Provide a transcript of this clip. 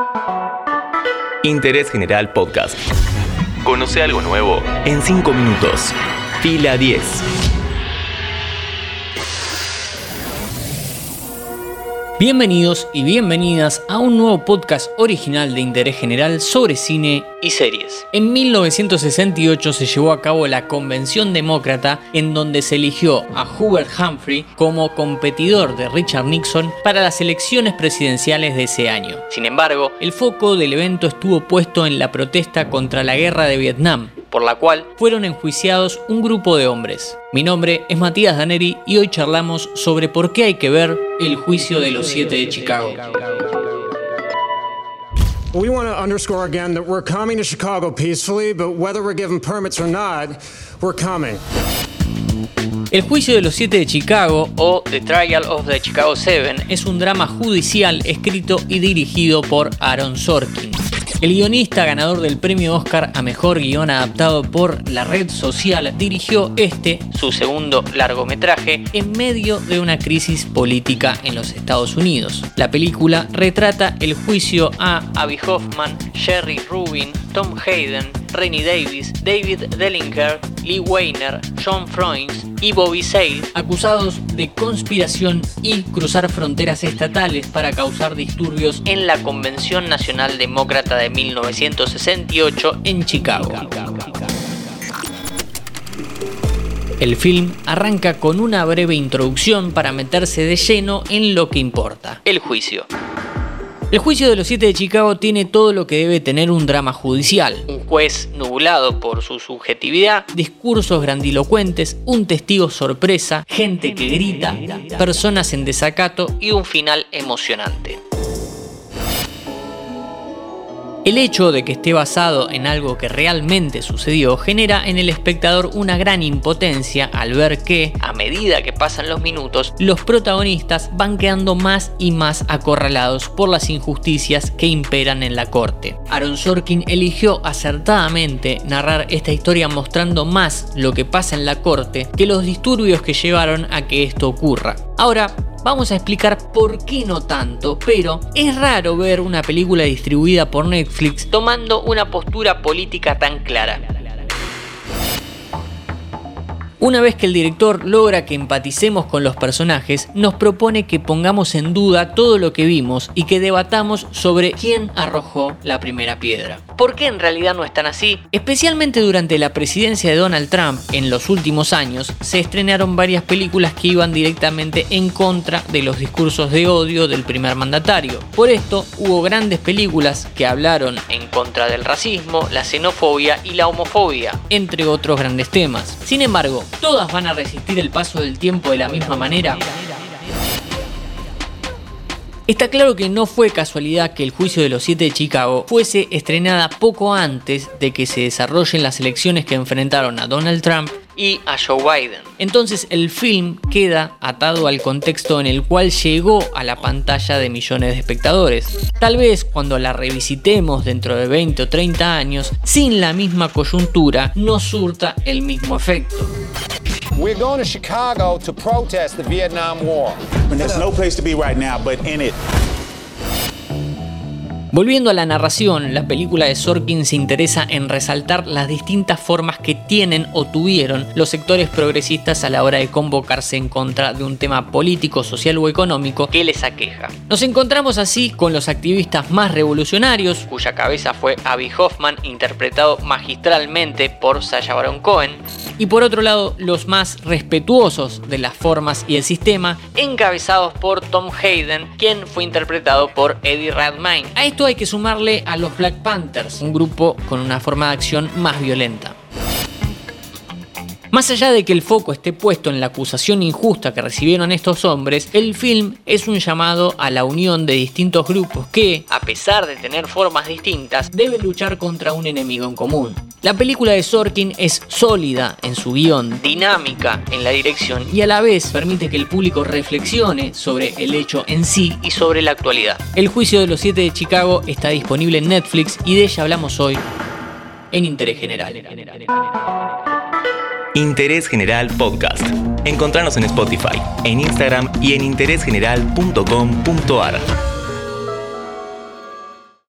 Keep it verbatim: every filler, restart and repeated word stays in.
Interés General Podcast. Conoce algo nuevo en cinco minutos. Fila diez. Bienvenidos y bienvenidas a un nuevo podcast original de Interés General sobre cine y series. En mil novecientos sesenta y ocho se llevó a cabo la Convención Demócrata, en donde se eligió a Hubert Humphrey como competidor de Richard Nixon para las elecciones presidenciales de ese año. Sin embargo, el foco del evento estuvo puesto en la protesta contra la guerra de Vietnam, por la cual fueron enjuiciados un grupo de hombres. Mi nombre es Matías Daneri y hoy charlamos sobre por qué hay que ver El juicio de los siete de Chicago. We want to underscore again that we're coming to Chicago peacefully, but whether we're given permits or not, we're coming. El juicio de los siete de Chicago, o The Trial of the Chicago Seven, es un drama judicial escrito y dirigido por Aaron Sorkin. El guionista ganador del premio Oscar a mejor guión adaptado por La Red Social dirigió este, su segundo largometraje, en medio de una crisis política en los Estados Unidos. La película retrata el juicio a Abby Hoffman, Jerry Rubin, Tom Hayden, Rennie Davis, David Dellinger, Lee Weiner, John Froines y Bobby Seale, acusados de conspiración y cruzar fronteras estatales para causar disturbios en la Convención Nacional Demócrata de mil novecientos sesenta y ocho en Chicago. El film arranca con una breve introducción para meterse de lleno en lo que importa, el juicio. El juicio de los siete de Chicago tiene todo lo que debe tener un drama judicial. Un juez nublado por su subjetividad, discursos grandilocuentes, un testigo sorpresa, gente que grita, personas en desacato y un final emocionante. El hecho de que esté basado en algo que realmente sucedió genera en el espectador una gran impotencia al ver que, a medida que pasan los minutos, los protagonistas van quedando más y más acorralados por las injusticias que imperan en la corte. Aaron Sorkin eligió acertadamente narrar esta historia mostrando más lo que pasa en la corte que los disturbios que llevaron a que esto ocurra. Ahora, vamos a explicar por qué no tanto, pero es raro ver una película distribuida por Netflix tomando una postura política tan clara. Una vez que el director logra que empaticemos con los personajes, nos propone que pongamos en duda todo lo que vimos y que debatamos sobre quién arrojó la primera piedra. ¿Por qué en realidad no es tan así? Especialmente durante la presidencia de Donald Trump, en los últimos años, se estrenaron varias películas que iban directamente en contra de los discursos de odio del primer mandatario. Por esto, hubo grandes películas que hablaron en contra del racismo, la xenofobia y la homofobia, entre otros grandes temas. Sin embargo, ¿todas van a resistir el paso del tiempo de la misma manera? Está claro que no fue casualidad que El juicio de los siete de Chicago fuese estrenada poco antes de que se desarrollen las elecciones que enfrentaron a Donald Trump y a Joe Biden. Entonces el film queda atado al contexto en el cual llegó a la pantalla de millones de espectadores. Tal vez cuando la revisitemos dentro de veinte o treinta años, sin la misma coyuntura, no surta el mismo efecto. We're going to Chicago to protest the Vietnam War. There's no place to be right now but in it. Volviendo a la narración, la película de Sorkin se interesa en resaltar las distintas formas que tienen o tuvieron los sectores progresistas a la hora de convocarse en contra de un tema político, social o económico que les aqueja. Nos encontramos así con los activistas más revolucionarios, cuya cabeza fue Abby Hoffman, interpretado magistralmente por Sacha Baron Cohen, y por otro lado los más respetuosos de las formas y el sistema, encabezados por Tom Hayden, quien fue interpretado por Eddie Redmayne. A esto hay que sumarle a los Black Panthers, un grupo con una forma de acción más violenta. Más allá de que el foco esté puesto en la acusación injusta que recibieron estos hombres, el film es un llamado a la unión de distintos grupos que, a pesar de tener formas distintas, deben luchar contra un enemigo en común. La película de Sorkin es sólida en su guión, dinámica en la dirección y a la vez permite que el público reflexione sobre el hecho en sí y sobre la actualidad. El juicio de los siete de Chicago está disponible en Netflix y de ella hablamos hoy en Interés General. Interés General Podcast. Encontranos en Spotify, en Instagram y en interés general punto com punto a r.